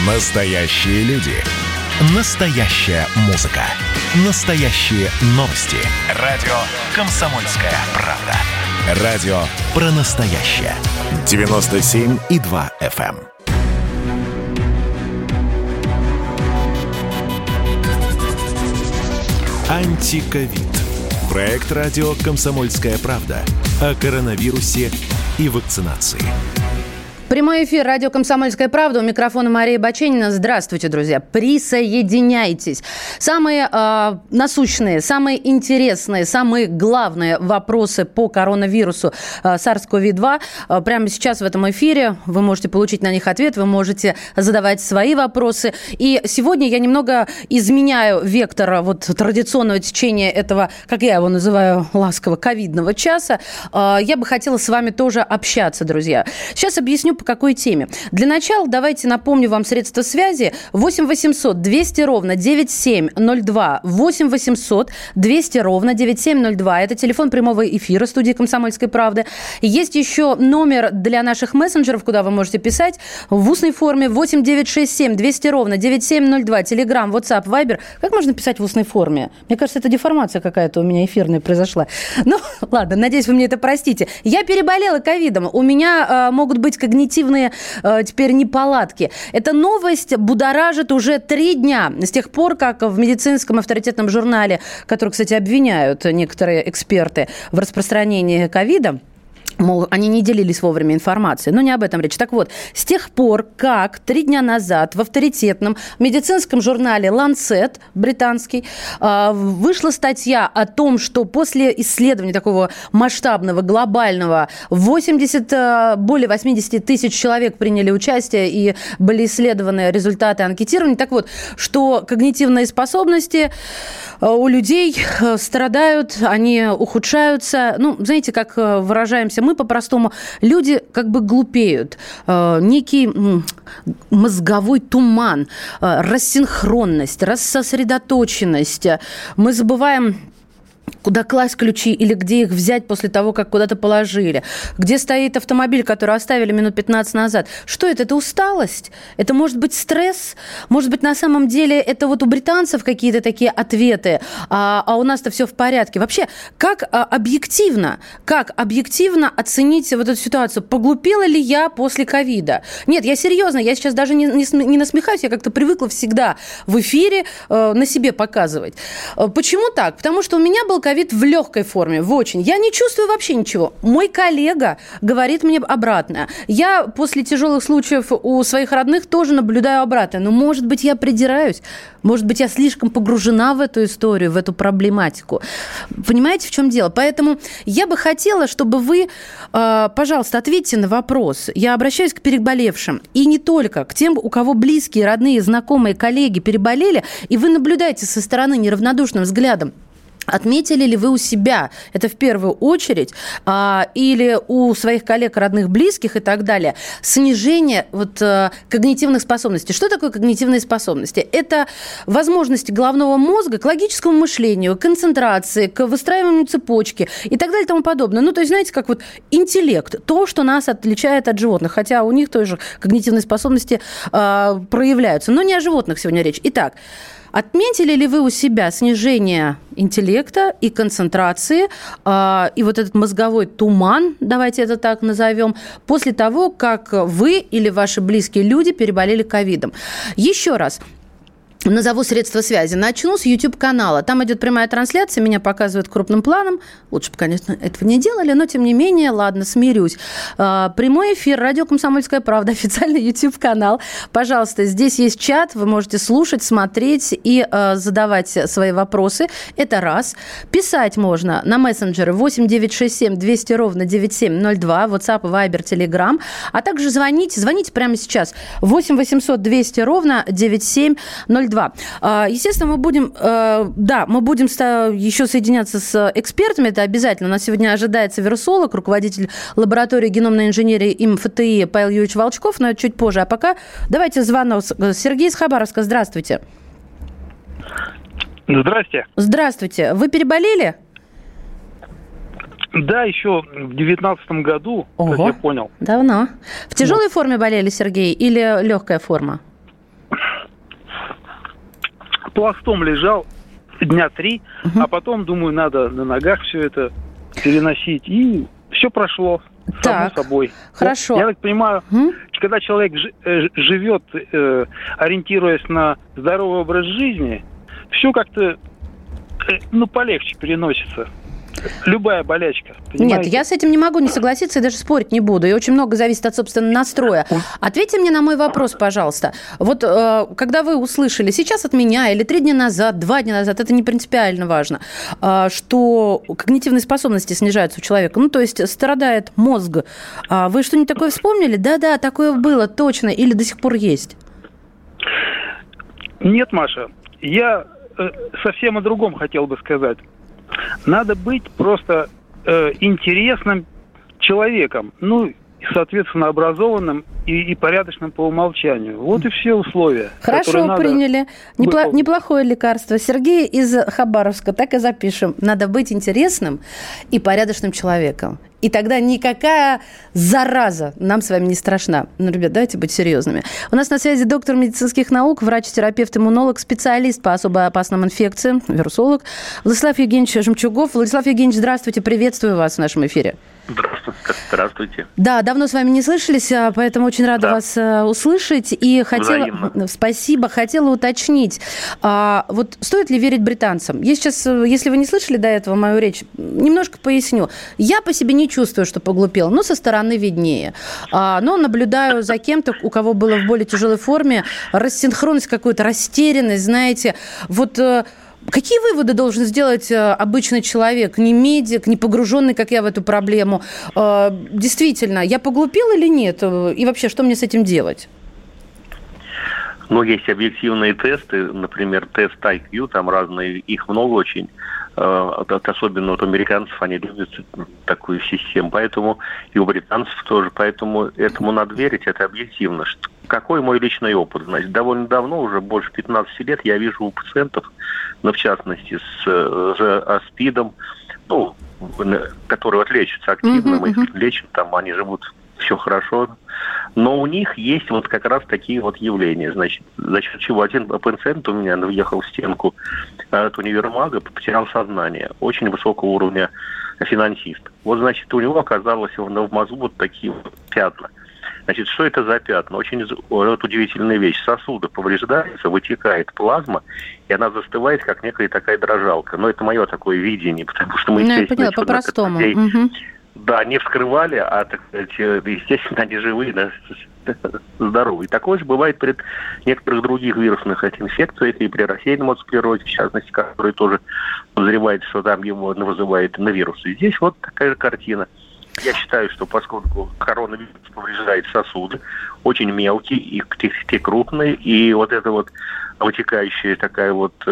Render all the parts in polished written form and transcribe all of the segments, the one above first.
Настоящие люди. Настоящая музыка. Настоящие новости. Радио «Комсомольская правда». Радио про настоящее. 97,2 FM. Антиковид. Проект радио «Комсомольская правда» о коронавирусе и вакцинации. Прямой эфир радио «Комсомольская правда». У микрофона Мария Баченина. Здравствуйте, друзья. Присоединяйтесь. Самые насущные, самые интересные, самые главные вопросы по коронавирусу SARS-CoV-2 прямо сейчас в этом эфире. Вы можете получить на них ответ, вы можете задавать свои вопросы. И сегодня я немного изменяю вектор традиционного течения этого, как я его называю, ласково, ковидного часа. Я бы хотела с вами тоже общаться, друзья. Сейчас объясню, по какой теме. Для начала давайте напомню вам средства связи. 8 800 200 ровно 9702. 8 800 200 ровно 9702. Это телефон прямого эфира студии «Комсомольской правды». Есть еще номер для наших мессенджеров, куда вы можете писать в устной форме. 8 967 200 ровно 9702. Телеграм, WhatsApp, Viber. Как можно писать в устной форме? Мне кажется, это деформация какая-то у меня эфирная произошла. Ну, ладно, надеюсь, вы мне это простите. Я переболела ковидом. У меня могут быть когнитивные теперь неполадки. Эта новость будоражит уже 3 дня. С тех пор, как в медицинском авторитетном журнале, который, кстати, обвиняют некоторые эксперты в распространении ковида, мол, они не делились вовремя информацией. Но не об этом речь. Так вот, с тех пор, как 3 дня назад в авторитетном медицинском журнале Lancet, британский, вышла статья о том, что после исследования такого масштабного, глобального, более 80 тысяч человек приняли участие и были исследованы результаты анкетирования. Так вот, что когнитивные способности у людей страдают, они ухудшаются. Ну, знаете, как выражаемся мы по-простому, люди как бы глупеют. Некий мозговой туман, рассинхронность, рассосредоточенность. Мы забываем, куда класть ключи или где их взять после того, как куда-то положили. Где стоит автомобиль, который оставили минут 15 назад. Что это? Это усталость? Это может быть стресс? Может быть, на самом деле это вот у британцев какие-то такие ответы, а у нас-то все в порядке. Вообще, как объективно оценить вот эту ситуацию? Поглупела ли я после ковида? Нет, я серьезно, я сейчас даже не насмехаюсь, я как-то привыкла всегда в эфире на себе показывать. Почему так? Потому что у меня был ковид в легкой форме, в очень. Я не чувствую вообще ничего. Мой коллега говорит мне обратное. Я после тяжелых случаев у своих родных тоже наблюдаю обратное. Но, может быть, я придираюсь. Может быть, я слишком погружена в эту историю, в эту проблематику. Понимаете, в чем дело? Поэтому я бы хотела, чтобы вы, пожалуйста, ответьте на вопрос. Я обращаюсь к переболевшим. И не только к тем, у кого близкие, родные, знакомые, коллеги переболели, и вы наблюдаете со стороны неравнодушным взглядом. Отметили ли вы у себя, это в первую очередь, или у своих коллег, родных, близких и так далее, снижение когнитивных способностей? Что такое когнитивные способности? Это возможности головного мозга к логическому мышлению, к концентрации, к выстраиванию цепочки и так далее и тому подобное. Ну, то есть, знаете, как интеллект, то, что нас отличает от животных, хотя у них тоже когнитивные способности проявляются. Но не о животных сегодня речь. Итак, отметили ли вы у себя снижение интеллекта и концентрации, и вот этот мозговой туман, давайте это так назовем, после того, как вы или ваши близкие люди переболели ковидом? Еще раз. Назову средства связи. Начну с YouTube-канала. Там идет прямая трансляция, меня показывают крупным планом. Лучше бы, конечно, этого не делали, но, тем не менее, ладно, смирюсь. Прямой эфир, радио «Комсомольская правда», официальный YouTube-канал. Пожалуйста, здесь есть чат, вы можете слушать, смотреть и задавать свои вопросы. Это раз. Писать можно на мессенджеры 8 967 200 ровно 9702, WhatsApp, Viber, Telegram, а также звоните прямо сейчас 8 800 200 ровно 9702. Естественно, мы будем еще соединяться с экспертами, это обязательно. У нас сегодня ожидается вирусолог, руководитель лаборатории геномной инженерии МФТИ Павел Юрьевич Волчков, но это чуть позже. А пока давайте звонок. Сергей из Хабаровска, здравствуйте. Здрасте. Здравствуйте. Вы переболели? Да, еще в 2019 году, как я понял. Давно. В тяжелой форме болели, Сергей, или легкая форма? пластом лежал дня 3, а потом, думаю, надо на ногах все это переносить. И все прошло само собой. Хорошо. Я так понимаю, когда человек живет, ориентируясь на здоровый образ жизни, все как-то полегче переносится. Любая болячка. Понимаете? Нет, я с этим не могу не согласиться и даже спорить не буду. И очень много зависит от собственного настроя. Ответьте мне на мой вопрос, пожалуйста. Вот когда вы услышали сейчас от меня или 3 дня назад, 2 дня назад, это не принципиально важно, что когнитивные способности снижаются у человека, то есть страдает мозг. Вы что-нибудь такое вспомнили? Да, такое было, точно. Или до сих пор есть? Нет, Маша. Я совсем о другом хотел бы сказать. Надо быть просто интересным человеком, и, соответственно, образованным и порядочным по умолчанию. Вот и все условия. Хорошо, приняли. Неплохое лекарство. Сергей из Хабаровска, так и запишем. Надо быть интересным и порядочным человеком. И тогда никакая зараза нам с вами не страшна. Ребят, давайте быть серьезными. У нас на связи доктор медицинских наук, врач-терапевт, иммунолог, специалист по особо опасным инфекциям, вирусолог Владислав Евгеньевич Жемчугов. Владислав Евгеньевич, здравствуйте, приветствую вас в нашем эфире. Здравствуйте. Да, давно с вами не слышались, поэтому очень рада вас услышать. И хотела уточнить, вот стоит ли верить британцам? Я сейчас, если вы не слышали до этого мою речь, немножко поясню. Я по себе не чувствую, что поглупела, но со стороны виднее. Но наблюдаю за кем-то, у кого было в более тяжелой форме, рассинхронность какую-то, растерянность, знаете. Вот какие выводы должен сделать обычный человек, не медик, не погруженный, как я, в эту проблему? Действительно, я поглупил или нет? И вообще, что мне с этим делать? Есть объективные тесты, например, тест IQ, там разные, их много очень. Особенно у американцев, они любят такую систему, поэтому и у британцев тоже, поэтому этому надо верить, это объективно. Какой мой личный опыт? Значит, довольно давно, уже больше 15 лет, я вижу у пациентов, в частности, с СПИДом, которые лечатся активно, мы их лечим, там они живут, все хорошо, но у них есть как раз такие явления. Значит, за счет чего один пациент у меня въехал в стенку от универмага, потерял сознание, очень высокого уровня финансист. Значит, у него оказалось в мозгу такие пятна. Значит, что это за пятна? Очень удивительная вещь. Сосуды повреждаются, вытекает плазма, и она застывает, как некая такая дрожалка. Но это мое такое видение, потому что мы, естественно, по-простому. Да, не вскрывали, а, так сказать, естественно, они живые, здоровые. Такое же бывает при некоторых других вирусных инфекциях и при рассеянном склерозе, в частности, который тоже подозревается, что там его вызывает на вирусы. Здесь такая же картина. Я считаю, что поскольку коронавирус повреждает сосуды, очень мелкие, и те крупные, и эта вытекающая такая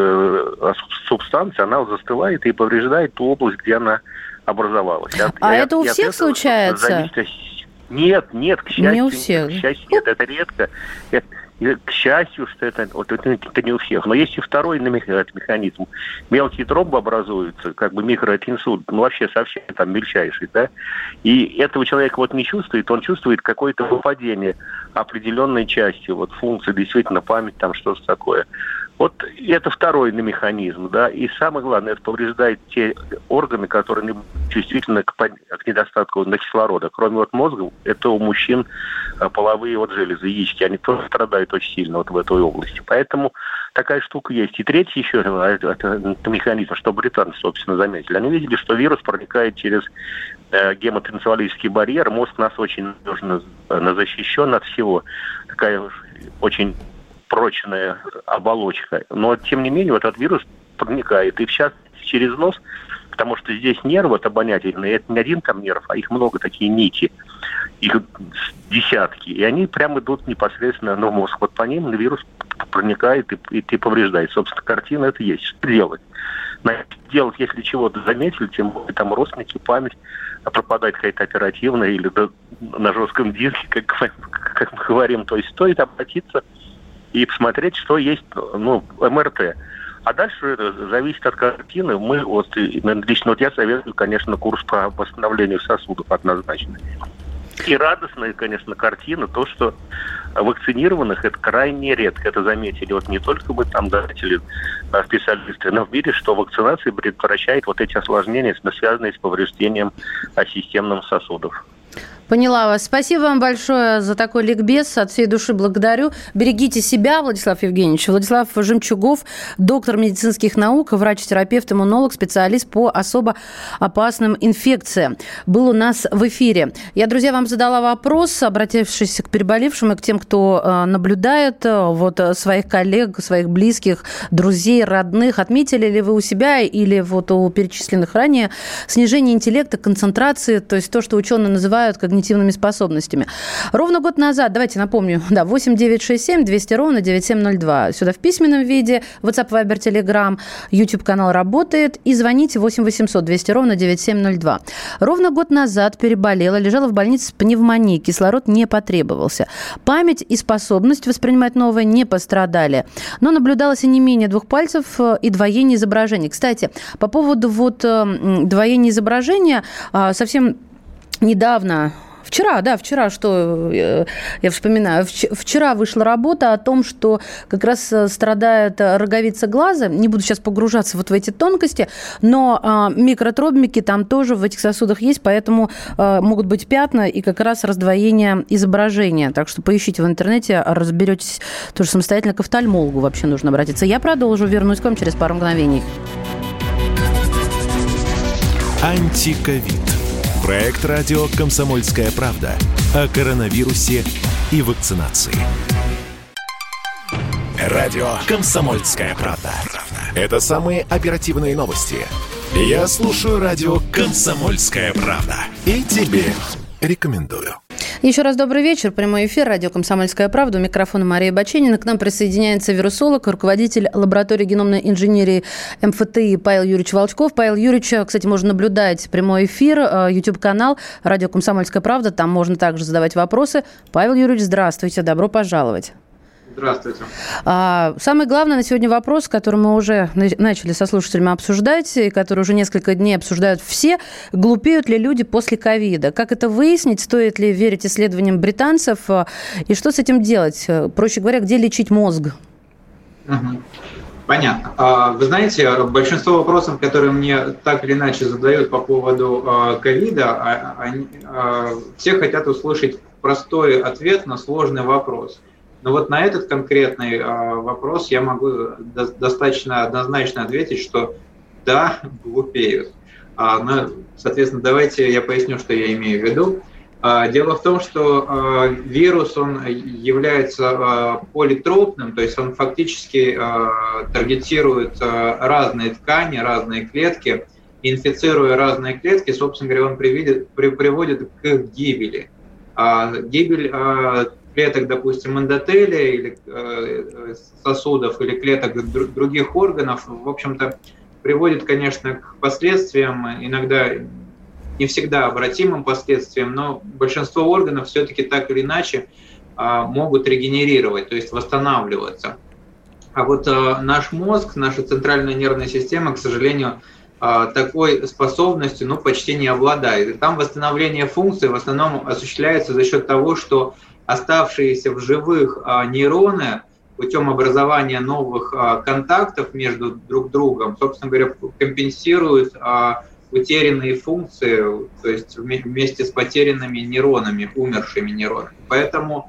субстанция, она застывает и повреждает ту область, где она образовалась. Это у всех случается? Нет, к счастью. Не у всех. К счастью, нет, это редко. К счастью, что это не у всех. Но есть и второй механизм. Мелкие тромбы образуются, как бы микроинсульт, вообще совсем там мельчайший, да. И этого человека не чувствует, он чувствует какое-то выпадение определенной части, функции, действительно, память, там что-то такое. Это второй механизм, да, и самое главное, это повреждает те органы, которые чувствительны к недостатку кислорода. Кроме мозга, это у мужчин половые железы, яички, они тоже страдают очень сильно в этой области. Поэтому такая штука есть. И третий еще это механизм, что британцы, собственно, заметили. Они видели, что вирус проникает через гематоэнцефалический барьер. Мозг у нас очень надежно защищен от всего. Такая очень прочная оболочка. Но, тем не менее, этот вирус проникает. И, в частности, через нос, потому что здесь нервы обонятельные. Это не один там нерв, а их много, такие нити. Их десятки. И они прямо идут непосредственно на мозг. По ним вирус проникает и повреждает. Собственно, картина это есть. Что делать? Делать, если чего-то заметили, тем более там родственники, память пропадает какая-то оперативная или на жестком диске, как мы говорим. То есть стоит обратиться и посмотреть, что есть, МРТ. А дальше это зависит от картины. Лично я советую, конечно, курс по восстановлению сосудов однозначно. И радостная, конечно, картина, то, что вакцинированных это крайне редко. Это заметили вот не только мы там, специалисты, но в мире, что вакцинация предотвращает вот эти осложнения, связанные с повреждением системных сосудов. Поняла вас. Спасибо вам большое за такой ликбез. От всей души благодарю. Берегите себя, Владислав Евгеньевич. Владислав Жемчугов, доктор медицинских наук, врач-терапевт, иммунолог, специалист по особо опасным инфекциям. Был у нас в эфире. Я, друзья, вам задала вопрос, обратившись к переболевшим и к тем, кто наблюдает вот своих коллег, своих близких, друзей, родных. Отметили ли вы у себя или вот у перечисленных ранее снижение интеллекта, концентрации, то есть то, что ученые называют когнитивными способностями. Ровно год назад, давайте напомню, 8-967-200-97-02. Сюда в письменном виде, WhatsApp, Viber, Telegram, YouTube-канал работает. И звоните 8-800-200-97-02. Ровно год назад переболела, лежала в больнице с пневмонией, кислород не потребовался. Память и способность воспринимать новое не пострадали. Но наблюдалось и не менее 2 пальцев и двоение изображений. Кстати, по поводу вот двоения изображения, совсем недавно... Вчера, что я вспоминаю, вчера вышла работа о том, что как раз страдает роговица глаза. Не буду сейчас погружаться вот в эти тонкости, но микротробики там тоже в этих сосудах есть, поэтому могут быть пятна и как раз раздвоение изображения. Так что поищите в интернете, разберетесь тоже самостоятельно. К офтальмологу вообще нужно обратиться. Я продолжу, вернусь к вам через пару мгновений. Антиковид. Проект радио «Комсомольская правда» о коронавирусе и вакцинации. Радио «Комсомольская правда». Это самые оперативные новости. Я слушаю радио «Комсомольская правда». И тебе рекомендую. Еще раз добрый вечер. Прямой эфир. Радио «Комсомольская правда». У микрофона Мария Баченина. К нам присоединяется вирусолог, руководитель лаборатории геномной инженерии МФТИ Павел Юрьевич Волчков. Павел Юрьевич, кстати, можно наблюдать прямой эфир, YouTube-канал «Радио «Комсомольская правда». Там можно также задавать вопросы. Павел Юрьевич, здравствуйте. Добро пожаловать. Здравствуйте. Самый главный на сегодня вопрос, который мы уже начали со слушателями обсуждать, и который уже несколько дней обсуждают все, глупеют ли люди после ковида? Как это выяснить? Стоит ли верить исследованиям британцев? И что с этим делать? Проще говоря, где лечить мозг? Понятно. Вы знаете, большинство вопросов, которые мне так или иначе задают по поводу ковида, все хотят услышать простой ответ на сложный вопрос. Но вот на этот конкретный вопрос я могу достаточно однозначно ответить, что да, глупеют. Но, соответственно, давайте я поясню, что я имею в виду. Дело в том, что вирус, он является политропным, то есть он фактически таргетирует разные ткани, разные клетки. Инфицируя разные клетки, собственно говоря, он приводит к их гибели. Гибель клеток, допустим, эндотелия или сосудов, или клеток других органов, в общем-то, приводит, конечно, к последствиям, иногда не всегда обратимым последствиям, но большинство органов все-таки так или иначе могут регенерировать, то есть восстанавливаться. А вот наш мозг, наша центральная нервная система, к сожалению, такой способностью почти не обладает. И там восстановление функций в основном осуществляется за счет того, что оставшиеся в живых нейроны путем образования новых контактов между друг другом, собственно говоря, компенсируют утерянные функции, то есть вместе с потерянными нейронами, умершими нейронами. Поэтому,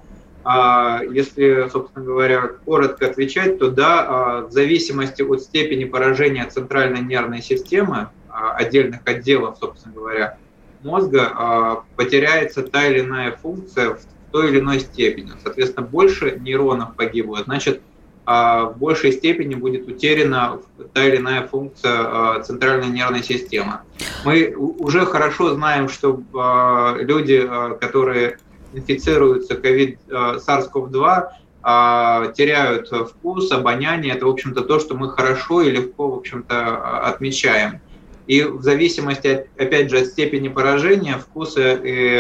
если, собственно говоря, коротко отвечать, то да, в зависимости от степени поражения центральной нервной системы, отдельных отделов, собственно говоря, мозга, потеряется та или иная функция в той или иной степени. Соответственно, больше нейронов погибло, значит, в большей степени будет утеряна та или иная функция центральной нервной системы. Мы уже хорошо знаем, что люди, которые инфицируются SARS-CoV-2, теряют вкус, обоняние. Это, в общем-то, то, что мы хорошо и легко, в общем-то, отмечаем. И в зависимости, опять же, от степени поражения, вкусы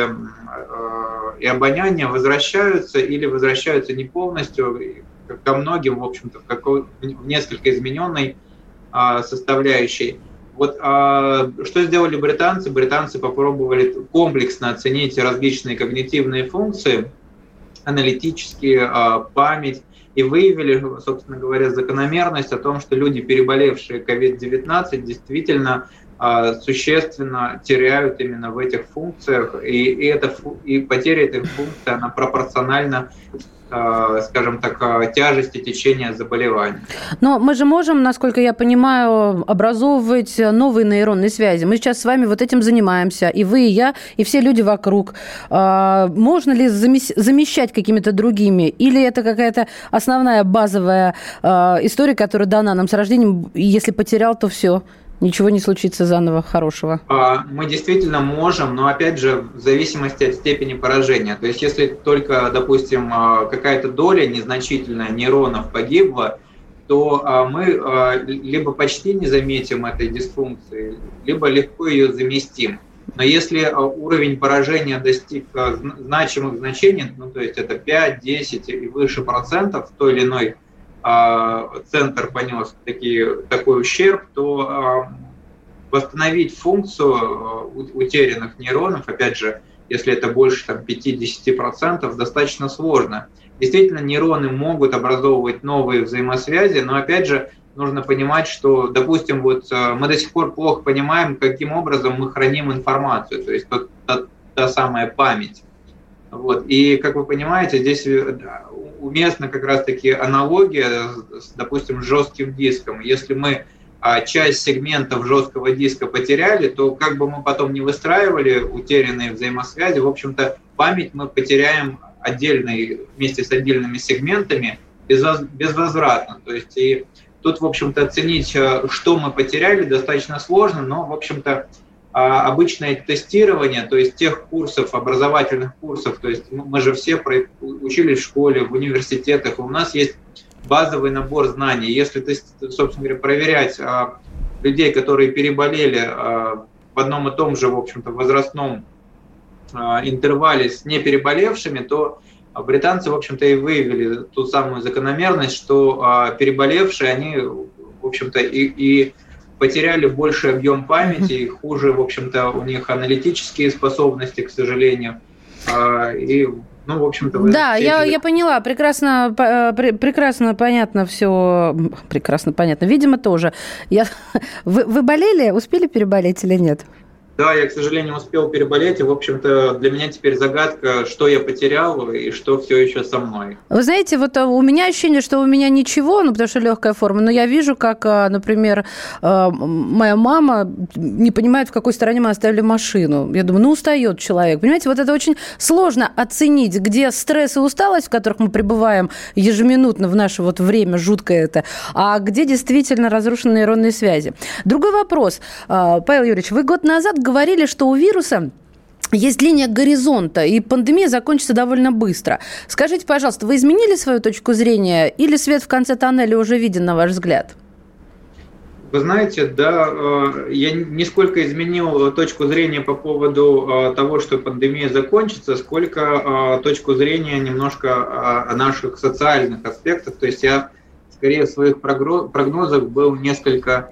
и обоняние возвращаются или возвращаются не полностью, ко многим, в общем-то, в несколько измененной составляющей. Вот что сделали британцы? Британцы попробовали комплексно оценить различные когнитивные функции, аналитические, память, и выявили, собственно говоря, закономерность о том, что люди, переболевшие COVID-19, действительно существенно теряют именно в этих функциях, и потеря этой функции, она пропорциональна, скажем так, тяжести течения заболевания. Но мы же можем, насколько я понимаю, образовывать новые нейронные связи. Мы сейчас с вами вот этим занимаемся, и вы, и я, и все люди вокруг. Можно ли замещать какими-то другими? Или это какая-то основная базовая история, которая дана нам с рождением, и если потерял, то все? Ничего не случится заново хорошего. Мы действительно можем, но опять же в зависимости от степени поражения. То есть если только, допустим, какая-то доля незначительная нейронов погибла, то мы либо почти не заметим этой дисфункции, либо легко ее заместим. Но если уровень поражения достиг значимых значений, ну, то есть это 5, 10 и выше процентов в той или иной центр понес такой ущерб, то восстановить функцию утерянных нейронов, опять же, если это больше 5-10%, достаточно сложно. Действительно, нейроны могут образовывать новые взаимосвязи, но опять же нужно понимать, что, допустим, вот мы до сих пор плохо понимаем, каким образом мы храним информацию, то есть та самая память. Вот. И, как вы понимаете, здесь уместна как раз-таки аналогия, допустим, с жестким диском. Если мы часть сегментов жесткого диска потеряли, то как бы мы потом не выстраивали утерянные взаимосвязи, в общем-то, память мы потеряем вместе с отдельными сегментами безвозвратно. То есть и тут, в общем-то, оценить, что мы потеряли, достаточно сложно, но, в общем-то, обычное тестирование, то есть тех курсов, образовательных курсов, то есть мы же все учились в школе, в университетах, у нас есть базовый набор знаний. Если, собственно говоря, проверять людей, которые переболели в одном и том же, в общем-то, возрастном интервале с непереболевшими, то британцы, в общем-то, и выявили ту самую закономерность, что переболевшие, они, в общем-то, и потеряли больший объем памяти, и хуже, в общем-то, у них аналитические способности, к сожалению. И, ну, в общем-то... Да, я поняла. Прекрасно понятно все. Прекрасно понятно. Видимо, тоже. Вы болели? Успели переболеть или нет? Да, я, к сожалению, успел переболеть, и, в общем-то, для меня теперь загадка, что я потерял и что все еще со мной. Вы знаете, вот у меня ощущение, что у меня ничего, потому что легкая форма, но я вижу, как, например, моя мама не понимает, в какой стороне мы оставили машину. Я думаю, устает человек. Понимаете, вот это очень сложно оценить, где стресс и усталость, в которых мы пребываем ежеминутно в наше вот время жуткое это, а где действительно разрушены нейронные связи. Другой вопрос. Павел Юрьевич, вы год назад говорили, что у вируса есть линия горизонта, и пандемия закончится довольно быстро. Скажите, пожалуйста, вы изменили свою точку зрения, или свет в конце тоннеля уже виден, на ваш взгляд? Вы знаете, да, я нисколько изменил точку зрения по поводу того, что пандемия закончится, сколько точку зрения немножко о наших социальных аспектах. То есть я, скорее, в своих прогнозах был несколько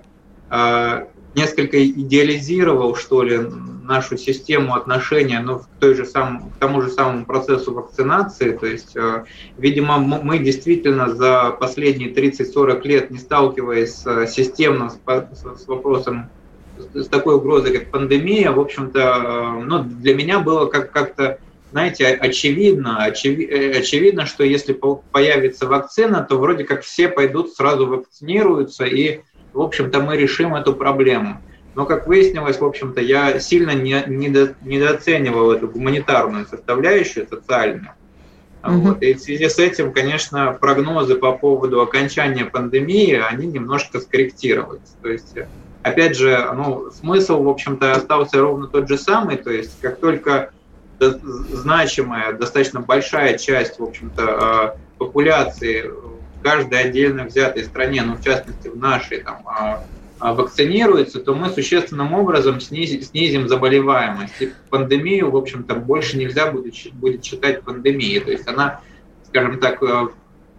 идеализировал, что ли, нашу систему отношения, к тому же самому процессу вакцинации. То есть, видимо, мы действительно за последние 30-40 лет, не сталкиваясь системно с вопросом, с такой угрозой, как пандемия, в общем-то, для меня было как-то, знаете, очевидно, что если появится вакцина, то вроде как все пойдут сразу вакцинируются, и в общем-то, мы решим эту проблему. Но, как выяснилось, в общем-то, я сильно недооценивал эту гуманитарную составляющую, социальную. Вот. И в связи с этим, конечно, прогнозы по поводу окончания пандемии, они немножко скорректировались. То есть, опять же, смысл, в общем-то, остался ровно тот же самый. То есть, как только значимая, достаточно большая часть, в общем-то, популяции в каждой отдельно взятой стране, в частности в нашей, вакцинируется, то мы существенным образом снизим заболеваемость. И пандемию, в общем-то, больше нельзя будет считать пандемией. То есть она, скажем так,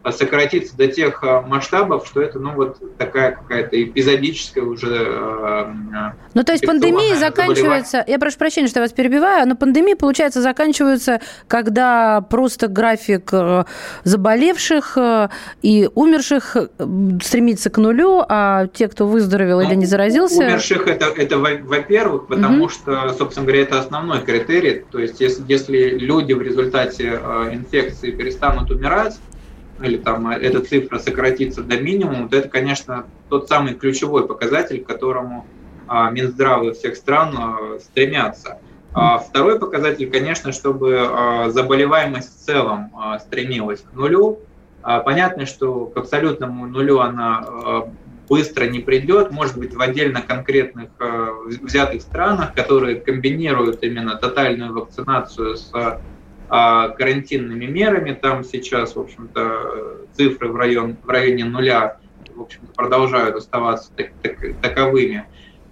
сократиться до тех масштабов, что это, такая какая-то эпизодическая уже... Ну, то есть пандемия заканчивается... Я прошу прощения, что я вас перебиваю, но пандемия, получается, заканчивается, когда просто график заболевших и умерших стремится к нулю, а те, кто выздоровел или не заразился... Умерших это во-первых, потому что, собственно говоря, это основной критерий. То есть если люди в результате инфекции перестанут умирать, или там эта цифра сократится до минимума, то это, конечно, тот самый ключевой показатель, к которому Минздравы всех стран стремятся. Второй показатель, конечно, чтобы заболеваемость в целом стремилась к нулю. Понятно, что к абсолютному нулю она быстро не придет, может быть, в отдельно конкретных взятых странах, которые комбинируют именно тотальную вакцинацию с карантинными мерами. Там сейчас, в общем-то, цифры в районе нуля, в общем-то, продолжают оставаться таковыми.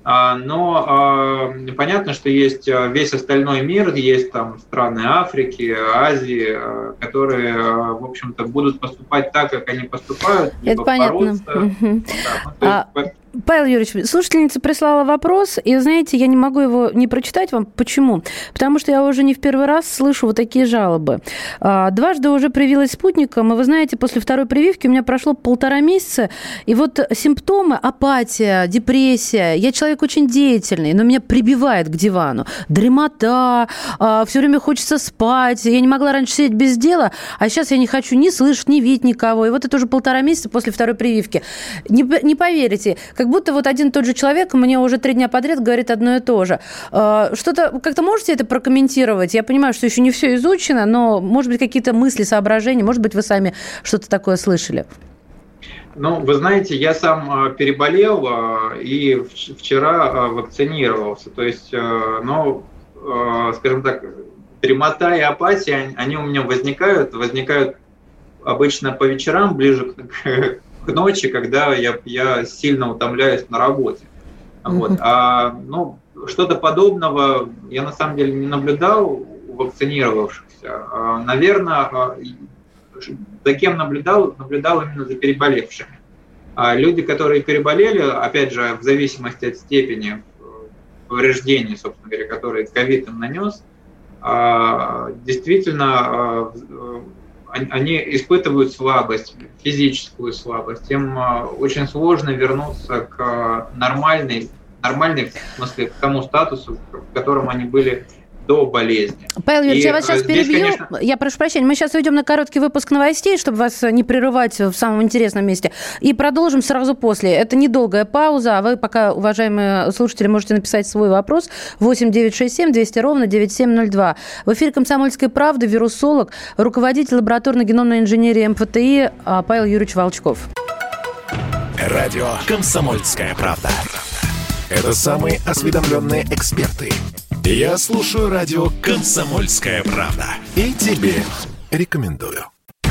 Но понятно, что есть весь остальной мир, есть там страны Африки, Азии, которые, в общем-то, будут поступать так, как они поступают. Это понятно. Павел Юрьевич, слушательница прислала вопрос, и, знаете, я не могу его не прочитать вам. Почему? Потому что я уже не в первый раз слышу вот такие жалобы. Дважды уже привилась спутником, и вы знаете, после второй прививки у меня прошло 1,5 месяца, и вот симптомы: апатия, депрессия. Я человек очень деятельный, но меня прибивает к дивану. Дремота, все время хочется спать. Я не могла раньше сидеть без дела, а сейчас я не хочу ни слышать, ни видеть никого. И вот это уже 1,5 месяца после второй прививки. Не поверите, как будто вот один и тот же человек мне уже 3 дня подряд говорит одно и то же. Что-то как-то можете это прокомментировать? Я понимаю, что еще не все изучено, но, может быть, какие-то мысли, соображения, может быть, вы сами что-то такое слышали? Ну, вы знаете, я сам переболел и вчера вакцинировался. То есть, скажем так, дремота и апатия, они у меня возникают обычно по вечерам, ближе к ночи, когда я сильно утомляюсь на работе. Вот. Что-то подобного я на самом деле не наблюдал у вакцинировавшихся. Наверное, за кем наблюдал именно за переболевшими. Люди, которые переболели, опять же, в зависимости от степени повреждений, собственно говоря, которые ковид им нанес, действительно, они испытывают слабость, физическую слабость. Им очень сложно вернуться к нормальной, в смысле, к тому статусу, в котором они были до болезни. Павел Юрьевич, я вас сейчас перебью. Конечно... Я прошу прощения. Мы сейчас уйдем на короткий выпуск новостей, чтобы вас не прерывать в самом интересном месте. И продолжим сразу после. Это недолгая пауза, а вы пока, уважаемые слушатели, можете написать свой вопрос 8-967-200 9702. В эфире «Комсомольской правды» вирусолог, руководитель лабораторной геномной инженерии МФТИ Павел Юрьевич Волчков. Радио «Комсомольская правда». Это самые осведомленные эксперты. Я слушаю радио «Комсомольская правда». И тебе рекомендую.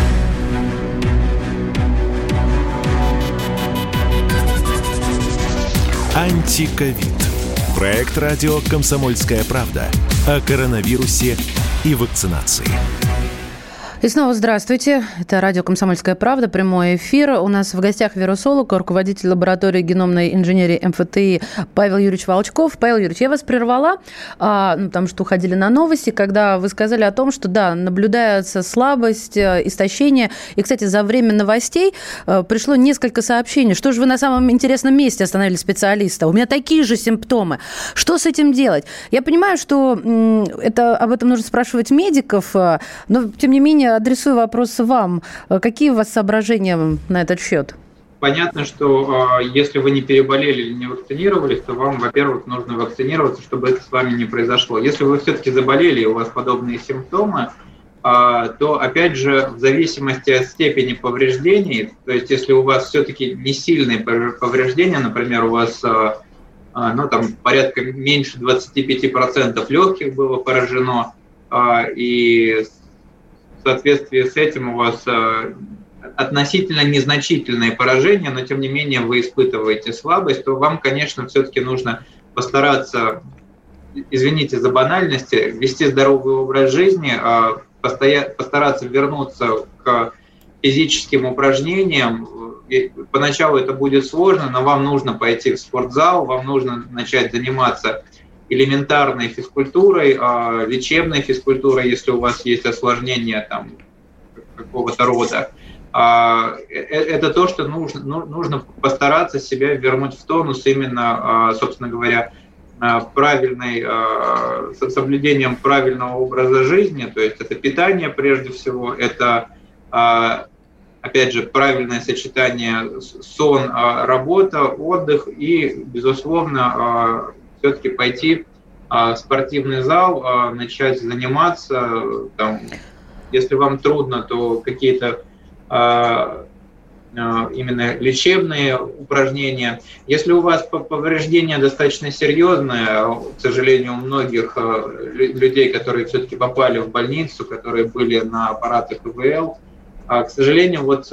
Антиковид. Проект радио «Комсомольская правда» о коронавирусе и вакцинации. И снова здравствуйте. Это радио «Комсомольская правда», прямой эфир. У нас в гостях вирусолог, руководитель лаборатории геномной инженерии МФТИ Павел Юрьевич Волчков. Павел Юрьевич, я вас прервала, потому что уходили на новости, когда вы сказали о том, что, да, наблюдается слабость, истощение. И, кстати, за время новостей пришло несколько сообщений. Что же вы на самом интересном месте остановили специалиста? У меня такие же симптомы. Что с этим делать? Я понимаю, что об этом нужно спрашивать медиков, но, тем не менее, адресую вопрос вам. Какие у вас соображения на этот счет? Понятно, что если вы не переболели или не вакцинировались, то вам, во-первых, нужно вакцинироваться, чтобы это с вами не произошло. Если вы все-таки заболели и у вас подобные симптомы, то, опять же, в зависимости от степени повреждений, то есть если у вас все-таки не сильные повреждения, например, у вас порядка меньше 25% легких было поражено, и в соответствии с этим у вас относительно незначительные поражения, но тем не менее вы испытываете слабость, то вам, конечно, все-таки нужно постараться, извините за банальности, вести здоровый образ жизни, постараться вернуться к физическим упражнениям. И поначалу это будет сложно, но вам нужно пойти в спортзал, вам нужно начать заниматься элементарной физкультурой, лечебной физкультурой, если у вас есть осложнения там, какого-то рода. Это то, что нужно постараться себя вернуть в тонус именно, собственно говоря, с соблюдением правильного образа жизни, то есть это питание прежде всего, это, опять же, правильное сочетание сон, работа, отдых и, безусловно, все-таки пойти в спортивный зал, начать заниматься, там, если вам трудно, то какие-то именно лечебные упражнения. Если у вас повреждение достаточно серьезное, к сожалению, у многих людей, которые все-таки попали в больницу, которые были на аппаратах ИВЛ, к сожалению, вот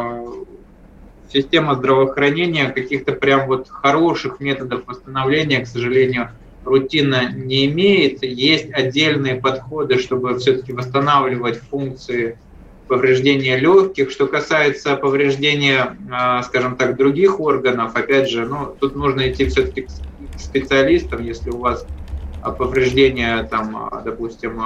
система здравоохранения каких-то прям вот хороших методов восстановления, к сожалению, рутинно не имеет. Есть отдельные подходы, чтобы все-таки восстанавливать функции повреждения легких. Что касается повреждения, скажем так, других органов, опять же, тут нужно идти все-таки к специалистам, если у вас повреждение, там, допустим,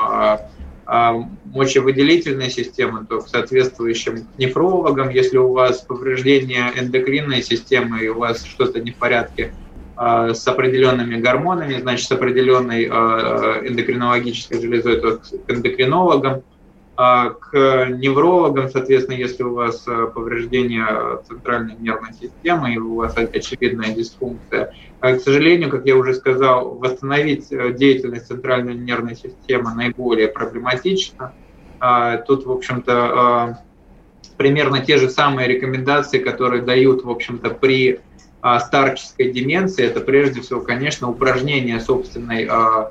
мочевыделительной системы, то к соответствующим нефрологам. Если у вас повреждение эндокринной системы и у вас что-то не в порядке с определенными гормонами, значит, с определенной эндокринологической железой, то к эндокринологам. К неврологам, соответственно, если у вас повреждение центральной нервной системы и у вас очевидная дисфункция. К сожалению, как я уже сказал, восстановить деятельность центральной нервной системы наиболее проблематично. Тут, в общем-то, примерно те же самые рекомендации, которые дают, в общем-то, при старческой деменции. Это прежде всего, конечно, упражнение собственной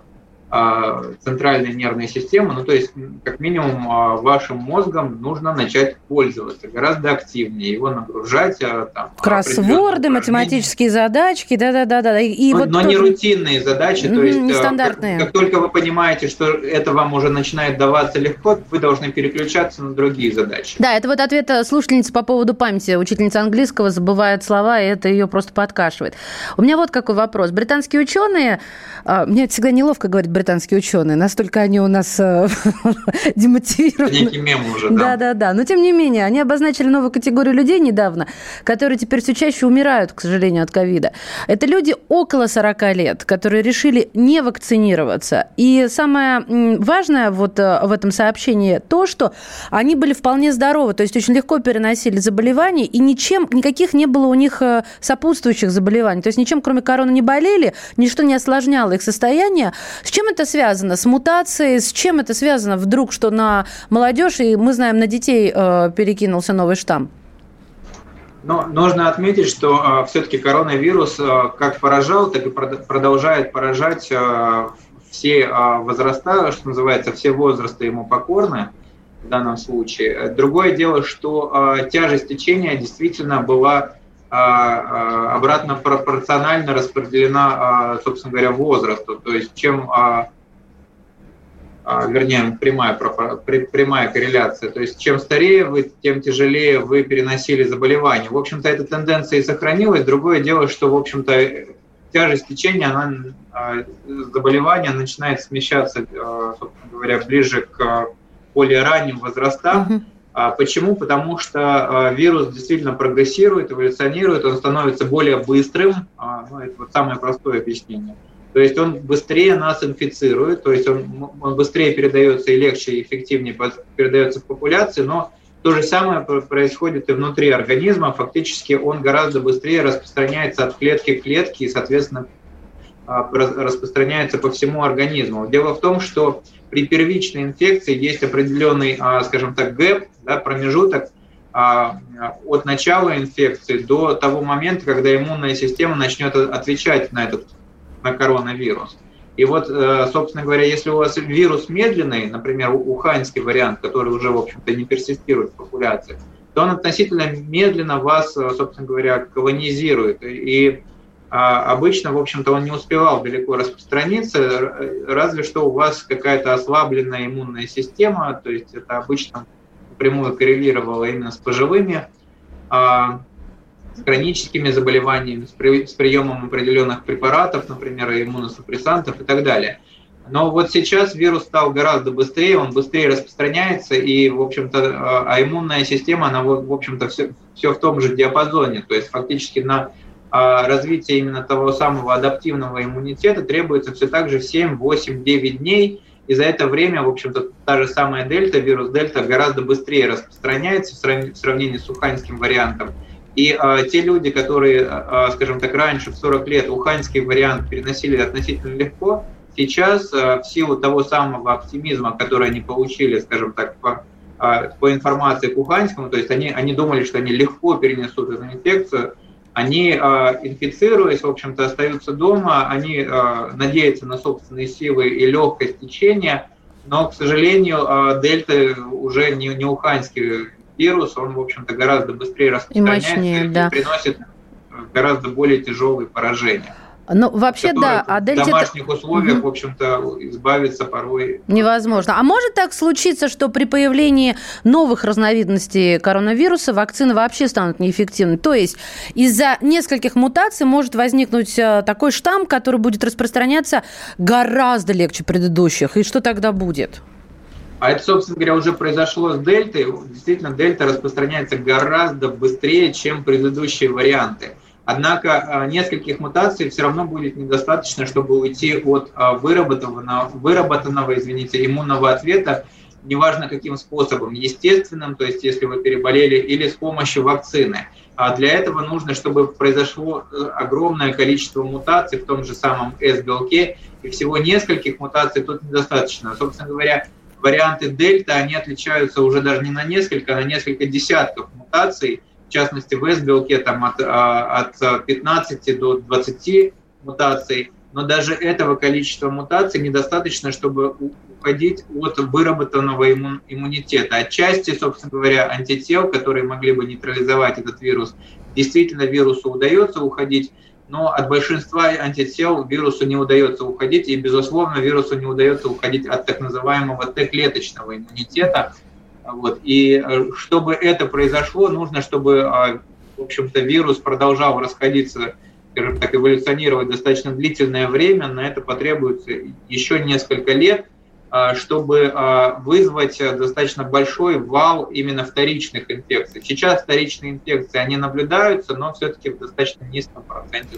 центральной нервной системы, то есть как минимум вашим мозгом нужно начать пользоваться гораздо активнее, его нагружать. Там, кроссворды, математические задачки, да. Но не рутинные задачи, то есть нестандартные. Как только вы понимаете, что это вам уже начинает даваться легко, вы должны переключаться на другие задачи. Да, это вот ответ слушательницы по поводу памяти. Учительница английского забывает слова, и это ее просто подкашивает. У меня вот какой вопрос. Британские ученые, мне всегда неловко говорить британские ученые, настолько они у нас демотивированы. Некий мем уже, да. Да. Но тем не менее, они обозначили новую категорию людей недавно, которые теперь все чаще умирают, к сожалению, от ковида. Это люди около 40 лет, которые решили не вакцинироваться. И самое важное вот в этом сообщении то, что они были вполне здоровы, то есть очень легко переносили заболевания, и никаких не было у них сопутствующих заболеваний. То есть ничем, кроме короны, не болели, ничто не осложняло их состояние. С чем это связано? С мутацией? С чем это связано вдруг, что на молодежь, и мы знаем, на детей перекинулся новый штамм? Но нужно отметить, что все-таки коронавирус как поражал, так и продолжает поражать все возраста, что называется, все возрасты ему покорны в данном случае. Другое дело, что тяжесть течения действительно была обратно пропорционально распределена, собственно говоря, возрасту. То есть чем, прямая корреляция. То есть чем старее вы, тем тяжелее вы переносили заболевание. В общем-то, эта тенденция и сохранилась. Другое дело, что, в общем-то, тяжесть течения, заболевание начинает смещаться, собственно говоря, ближе к более ранним возрастам. Почему? Потому что вирус действительно прогрессирует, эволюционирует, он становится более быстрым. Это вот самое простое объяснение. То есть он быстрее нас инфицирует, то есть он быстрее передается и легче, и эффективнее передается в популяции, но то же самое происходит и внутри организма. Фактически он гораздо быстрее распространяется от клетки к клетке и, соответственно, распространяется по всему организму. Дело в том, что при первичной инфекции есть определенный, скажем так, гэп, промежуток от начала инфекции до того момента, когда иммунная система начнет отвечать на коронавирус. И вот, собственно говоря, если у вас вирус медленный, например, уханьский вариант, который уже, в общем-то, не персистирует в популяции, то он относительно медленно вас, собственно говоря, колонизирует. И обычно, в общем-то, он не успевал далеко распространиться, разве что у вас какая-то ослабленная иммунная система, то есть это обычно напрямую коррелировало именно с пожилыми, с хроническими заболеваниями, с приемом определенных препаратов, например, иммуносупрессантов и так далее. Но вот сейчас вирус стал гораздо быстрее, он быстрее распространяется, и, в общем-то, иммунная система, она, в общем-то, все в том же диапазоне. То есть фактически на развитие именно того самого адаптивного иммунитета требуется все так же 7, 8, 9 дней, и за это время, в общем-то, та же самая дельта, вирус дельта гораздо быстрее распространяется в сравнении с уханьским вариантом. И те люди, которые, скажем так, раньше, в 40 лет, уханьский вариант переносили относительно легко, сейчас, в силу того самого оптимизма, который они получили, скажем так, по информации к уханьскому, то есть они думали, что они легко перенесут эту инфекцию, они, инфицируясь, в общем-то, остаются дома, они надеются на собственные силы и легкость течения, но, к сожалению, дельта уже не уханьский вирус, он, в общем-то, гораздо быстрее распространяется и приносит гораздо более тяжелые поражения. Ну, вообще, да. В домашних условиях, в общем-то, избавиться порой невозможно. А может так случиться, что при появлении новых разновидностей коронавируса вакцины вообще станут неэффективны? То есть из-за нескольких мутаций может возникнуть такой штамм, который будет распространяться гораздо легче предыдущих. И что тогда будет? А это, собственно говоря, уже произошло с дельтой. Действительно, дельта распространяется гораздо быстрее, чем предыдущие варианты. Однако нескольких мутаций все равно будет недостаточно, чтобы уйти от выработанного иммунного ответа, неважно каким способом, естественным, то есть если вы переболели, или с помощью вакцины. А для этого нужно, чтобы произошло огромное количество мутаций в том же самом S-белке, и всего нескольких мутаций тут недостаточно. Собственно говоря, варианты дельта, они отличаются уже даже не на несколько, а на несколько десятков мутаций. В частности, в S-белке там от 15 до 20 мутаций, но даже этого количества мутаций недостаточно, чтобы уходить от выработанного иммунитета. Отчасти, собственно говоря, антител, которые могли бы нейтрализовать этот вирус, действительно вирусу удается уходить, но от большинства антител вирусу не удается уходить, и, безусловно, вирусу не удается уходить от так называемого Т-клеточного иммунитета. Вот. И чтобы это произошло, нужно, чтобы, в общем-то, вирус продолжал расходиться, скажем так, эволюционировать достаточно длительное время. На это потребуется еще несколько лет, чтобы вызвать достаточно большой вал именно вторичных инфекций. Сейчас вторичные инфекции, они наблюдаются, но все-таки в достаточно низком проценте.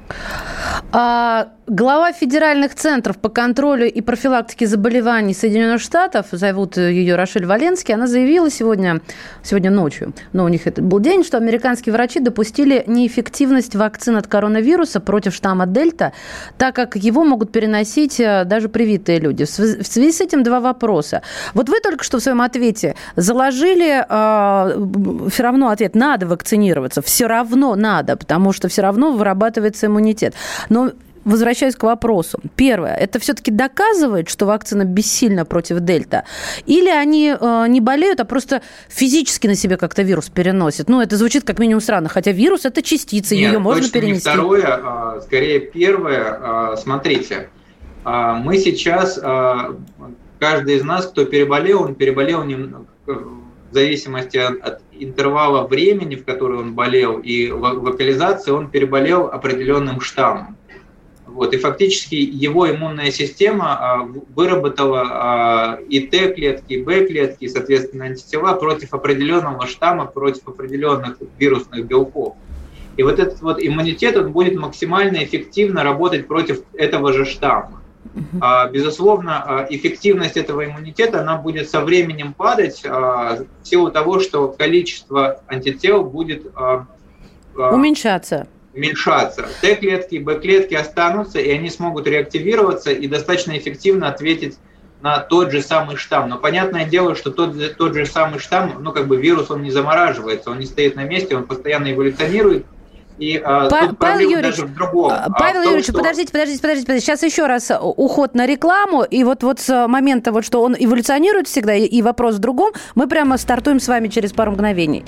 Глава федеральных центров по контролю и профилактике заболеваний Соединенных Штатов, зовут ее Рошель Валенский, она заявила сегодня ночью, но у них это был день, что американские врачи допустили неэффективность вакцин от коронавируса против штамма Дельта, так как его могут переносить даже привитые люди. В связи с этим два вопроса. Вот вы только что в своем ответе заложили все равно ответ: надо вакцинироваться, все равно надо, потому что все равно вырабатывается иммунитет. Но возвращаюсь к вопросу. Первое, это все-таки доказывает, что вакцина бессильна против дельта? Или они не болеют, а просто физически на себе как-то вирус переносят? Ну, это звучит как минимум странно, хотя вирус – это частица, ее можно перенести. Нет, второе, скорее первое. Смотрите, мы сейчас, каждый из нас, кто переболел, он переболел в зависимости от интервала времени, в который он болел, и локализации, он переболел определенным штаммом. Вот, и фактически его иммунная система выработала и Т-клетки, и Б-клетки, и, соответственно, антитела против определенного штамма, против определенных вирусных белков. И вот этот вот иммунитет, он будет максимально эффективно работать против этого же штамма. Безусловно, эффективность этого иммунитета, она будет со временем падать в силу того, что количество антител будет уменьшаться. Т-клетки и Б-клетки останутся, и они смогут реактивироваться и достаточно эффективно ответить на тот же самый штамм. Но понятное дело, что тот же самый штамм, вирус, он не замораживается, он не стоит на месте, он постоянно эволюционирует. И тут проблема даже в другом. Павел Юрьевич, подождите. Сейчас еще раз уход на рекламу. И вот с момента, что он эволюционирует всегда, и вопрос в другом, мы прямо стартуем с вами через пару мгновений.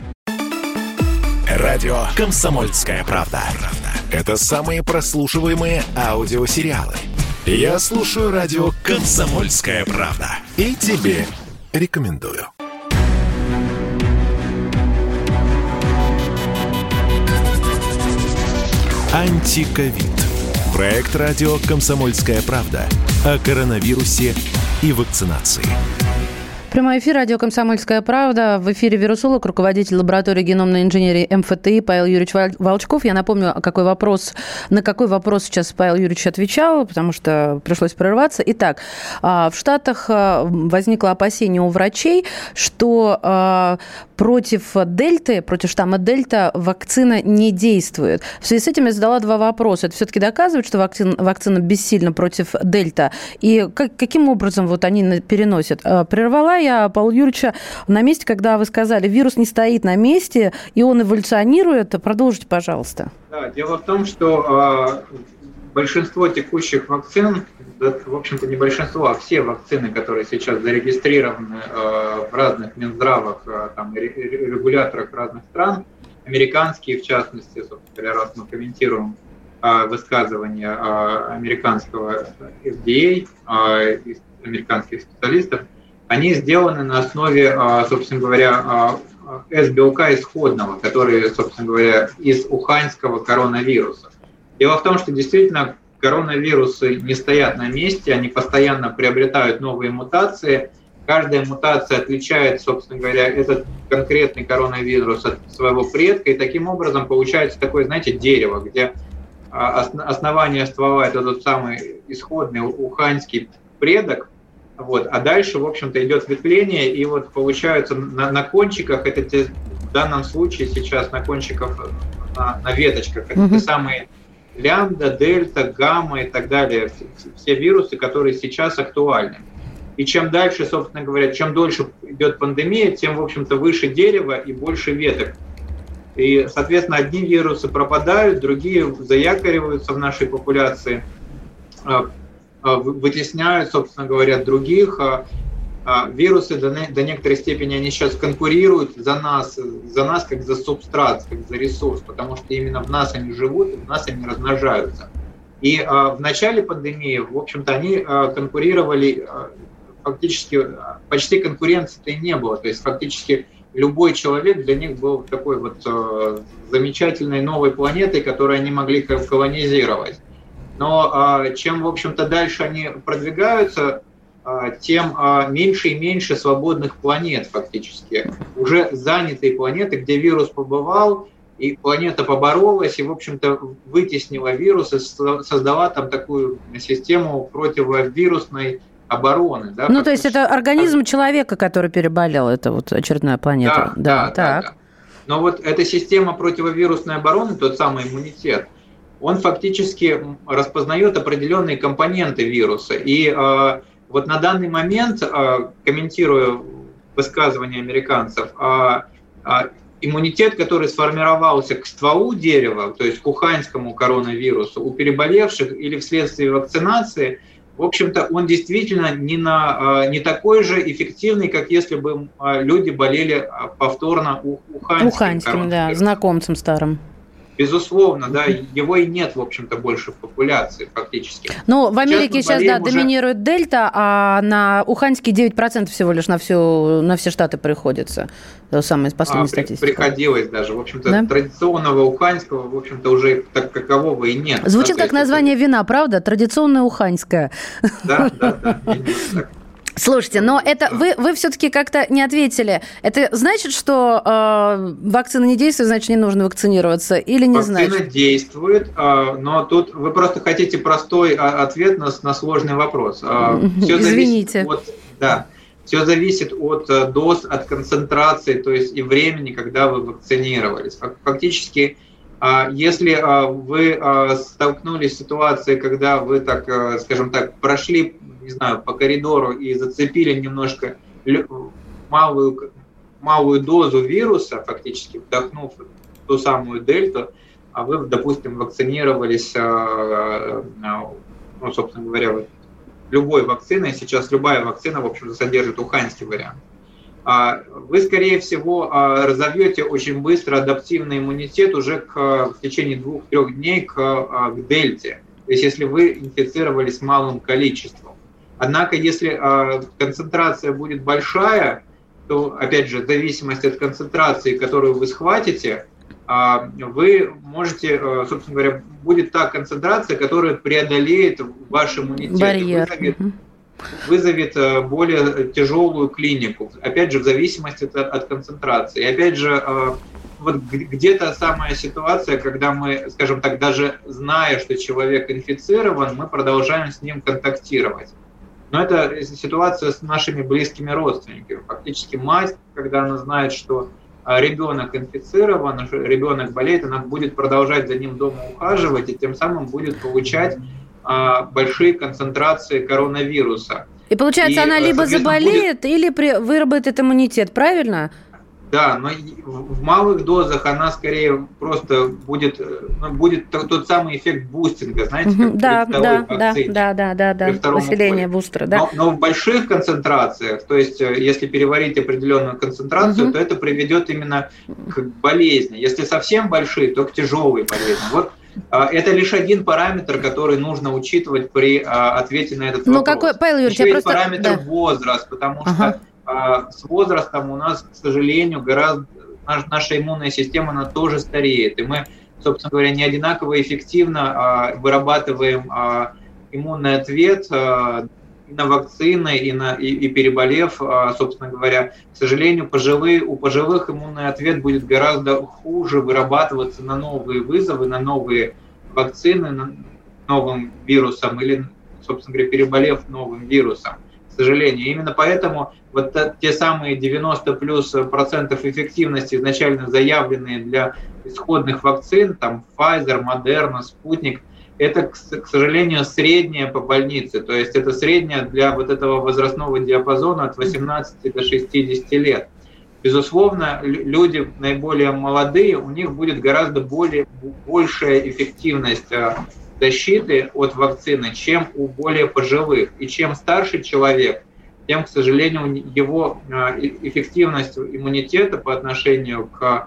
Радио «Комсомольская правда». Это самые прослушиваемые аудиосериалы. Я слушаю радио «Комсомольская правда». И тебе рекомендую. Антиковид. Проект радио «Комсомольская правда» о коронавирусе и вакцинации. Прямой эфир, радио «Комсомольская правда». В эфире вирусолог, руководитель лаборатории геномной инженерии МФТИ Павел Юрьевич Волчков. Я напомню, на какой вопрос сейчас Павел Юрьевич отвечал, потому что пришлось прерваться. Итак, в Штатах возникло опасение у врачей, что против штамма Дельта вакцина не действует. В связи с этим я задала два вопроса. Это все-таки доказывает, что вакцина бессильна против Дельта? И каким образом вот они переносят? Прервала я Павла Юрьевича на месте, когда вы сказали, вирус не стоит на месте, и он эволюционирует. Продолжите, пожалуйста. Да, дело в том, что большинство текущих вакцин, в общем-то не большинство, а все вакцины, которые сейчас зарегистрированы в разных Минздравах, там, регуляторах разных стран, американские в частности, собственно говоря, раз мы комментируем высказывания американского FDA, американских специалистов, они сделаны на основе, собственно говоря, С-белка исходного, который, собственно говоря, из уханьского коронавируса. Дело в том, что действительно коронавирусы не стоят на месте, они постоянно приобретают новые мутации. Каждая мутация отличает, собственно говоря, этот конкретный коронавирус от своего предка, и таким образом получается такое, знаете, дерево, где основание ствола – это тот самый исходный уханьский предок, вот, а дальше, в общем-то, идет ветвление, и вот получаются на кончиках, это в данном случае сейчас на кончиках, на веточках, это те самые лямбда, дельта, гамма и так далее, все вирусы, которые сейчас актуальны. И чем дальше, собственно говоря, чем дольше идет пандемия, тем, в общем-то, выше дерево и больше веток. И, соответственно, одни вирусы пропадают, другие заякориваются в нашей популяции, вытесняют, собственно говоря, других. Вирусы до некоторой степени они сейчас конкурируют за нас как за субстрат, как за ресурс, потому что именно в нас они живут, в нас они размножаются. И в начале пандемии, в общем-то, они конкурировали фактически, почти конкуренции-то и не было, то есть фактически любой человек для них был такой вот замечательной новой планетой, которую они могли колонизировать. Но чем, в общем-то, дальше они продвигаются, тем меньше и меньше свободных планет фактически. Уже занятые планеты, где вирус побывал, и планета поборолась, и, в общем-то, вытеснила вирус и создала там такую систему противовирусной обороны. Да, то есть это организм человека, который переболел, это вот очередная планета. Да. Но вот эта система противовирусной обороны, тот самый иммунитет, он фактически распознает определенные компоненты вируса. И вот на данный момент, комментируя высказывания американцев, иммунитет, который сформировался к стволу дерева, то есть к уханьскому коронавирусу, у переболевших или вследствие вакцинации, в общем-то, он действительно не такой же эффективный, как если бы люди болели повторно уханьским, да, знакомцем старым. Безусловно, да, его и нет, в общем-то, больше в популяции фактически. Ну, в Америке сейчас, доминирует дельта, а на уханьский 9% всего лишь на все штаты приходится. Это самая последняя статистика. Приходилось даже. В общем-то, да? Традиционного уханьского, в общем-то, уже так какового и нет. Звучит как название вина, правда? Традиционная уханьская. Да. Слушайте, но это вы все-таки как-то не ответили. Это значит, что вакцина не действует, значит, не нужно вакцинироваться, или не значит? Вакцина действует, но тут вы просто хотите простой ответ на сложный вопрос. Извините. Все зависит от доз, от концентрации, то есть и времени, когда вы вакцинировались. Фактически, если вы столкнулись с ситуацией, когда вы, так, скажем так, прошли, не знаю, по коридору и зацепили немножко малую дозу вируса, фактически вдохнув ту самую дельту, а вы, допустим, вакцинировались, собственно говоря, любой вакциной, сейчас любая вакцина, в общем-то, содержит уханьский вариант, вы, скорее всего, разовьете очень быстро адаптивный иммунитет уже в течение 2-3 дней к дельте, то есть если вы инфицировались малым количеством. Однако, если концентрация будет большая, то, опять же, в зависимости от концентрации, которую вы схватите, вы можете, собственно говоря, будет та концентрация, которая преодолеет ваш иммунитет. Барьер. Вызовет более тяжелую клинику, опять же, в зависимости от концентрации. И опять же, вот где-то самая ситуация, когда мы, скажем так, даже зная, что человек инфицирован, мы продолжаем с ним контактировать. Но это ситуация с нашими близкими родственниками. Фактически мать, когда она знает, что ребенок инфицирован, ребенок болеет, она будет продолжать за ним дома ухаживать и тем самым будет получать большие концентрации коронавируса. И получается, она либо заболеет, или выработает иммунитет, правильно? Да, но в малых дозах она скорее просто будет тот самый эффект бустинга, знаете, как при второй вакцине. Да, население бустера, да. Но в больших концентрациях, то есть если переварить определенную концентрацию, то это приведет именно к болезни. Если совсем большие, то к тяжелой болезни. Вот это лишь один параметр, который нужно учитывать при ответе на этот вопрос. Какой, Павел Юрьевич, еще есть параметр возраст, потому что с возрастом у нас, к сожалению, наша иммунная система, она тоже стареет. И мы, собственно говоря, не одинаково эффективно вырабатываем иммунный ответ на вакцины и переболев, собственно говоря. К сожалению, у пожилых иммунный ответ будет гораздо хуже вырабатываться на новые вызовы, на новые вакцины, новым вирусом или, собственно говоря, переболев новым вирусом. К сожалению. Именно поэтому вот те самые 90+% эффективности, изначально заявленные для исходных вакцин, там Pfizer, Moderna, Sputnik, это, к сожалению, средняя по больнице. То есть это средняя для вот этого возрастного диапазона от 18 до 60 лет. Безусловно, люди наиболее молодые, у них будет гораздо большая эффективность защиты от вакцины, чем у более пожилых. И чем старше человек, тем, к сожалению, его эффективность иммунитета по отношению к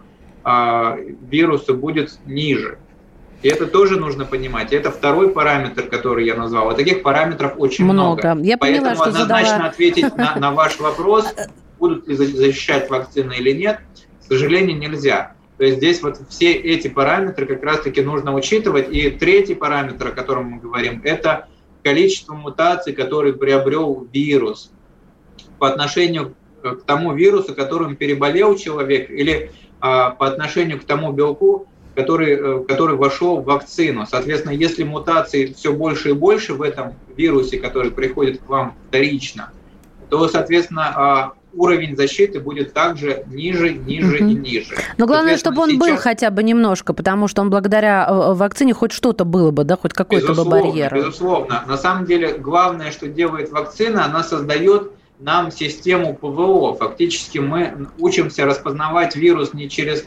вирусу будет ниже. И это тоже нужно понимать. Это второй параметр, который я назвал. И таких параметров очень много. Я поняла, поэтому что однозначно ответить на ваш вопрос, будут ли защищать вакцины или нет, к сожалению, нельзя. То есть здесь вот все эти параметры как раз-таки нужно учитывать. И третий параметр, о котором мы говорим, это количество мутаций, которые приобрел вирус по отношению к тому вирусу, которым переболел человек, или по отношению к тому белку, который вошел в вакцину. Соответственно, если мутаций все больше и больше в этом вирусе, который приходит к вам вторично, то, соответственно, уровень защиты будет также ниже и ниже. Но главное, чтобы он был хотя бы немножко, потому что он благодаря вакцине хоть что-то было бы, да, хоть какой-то бы барьер. Безусловно. На самом деле, главное, что делает вакцина, она создает нам систему ПВО. Фактически мы учимся распознавать вирус не через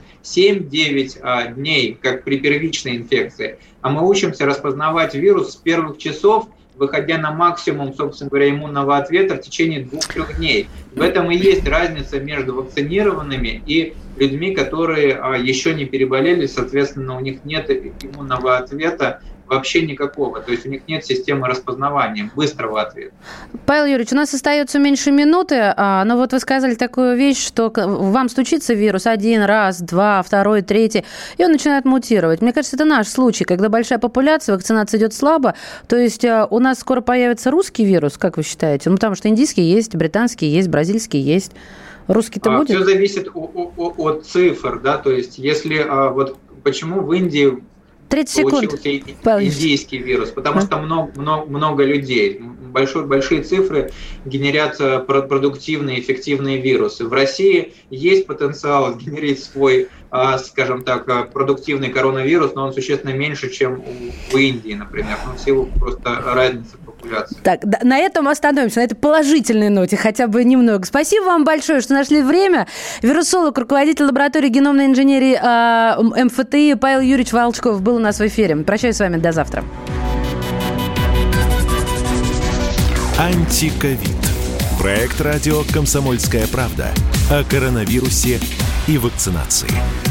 7-9 дней, как при первичной инфекции, а мы учимся распознавать вирус с первых часов, выходя на максимум, собственно говоря, иммунного ответа в течение 2-3 дней. В этом и есть разница между вакцинированными и людьми, которые еще не переболели, соответственно, у них нет иммунного ответа вообще никакого. То есть у них нет системы распознавания, быстрого ответа. Павел Юрьевич, у нас остается меньше минуты, но вот вы сказали такую вещь, что вам стучится вирус один раз, два, второй, третий, и он начинает мутировать. Мне кажется, это наш случай, когда большая популяция, вакцинация идет слабо. То есть у нас скоро появится русский вирус, как вы считаете? Ну, потому что индийский есть, британский есть, бразильский есть. Русский-то будет? Все зависит от цифр, да, то есть если вот почему в Индии 30 секунд. Получился индийский вирус, потому что много людей. Большие цифры генерят продуктивные, эффективные вирусы. В России есть потенциал генерить свой, скажем так, продуктивный коронавирус, но он существенно меньше, чем в Индии, например, в силу просто разницы в популяции. Так, на этом остановимся, на этой положительной ноте хотя бы немного. Спасибо вам большое, что нашли время. Вирусолог, руководитель лаборатории геномной инженерии МФТИ Павел Юрьевич Волчков был у нас в эфире. Прощаюсь с вами, до завтра. Антиковид. Проект радио «Комсомольская правда» о коронавирусе и вакцинации.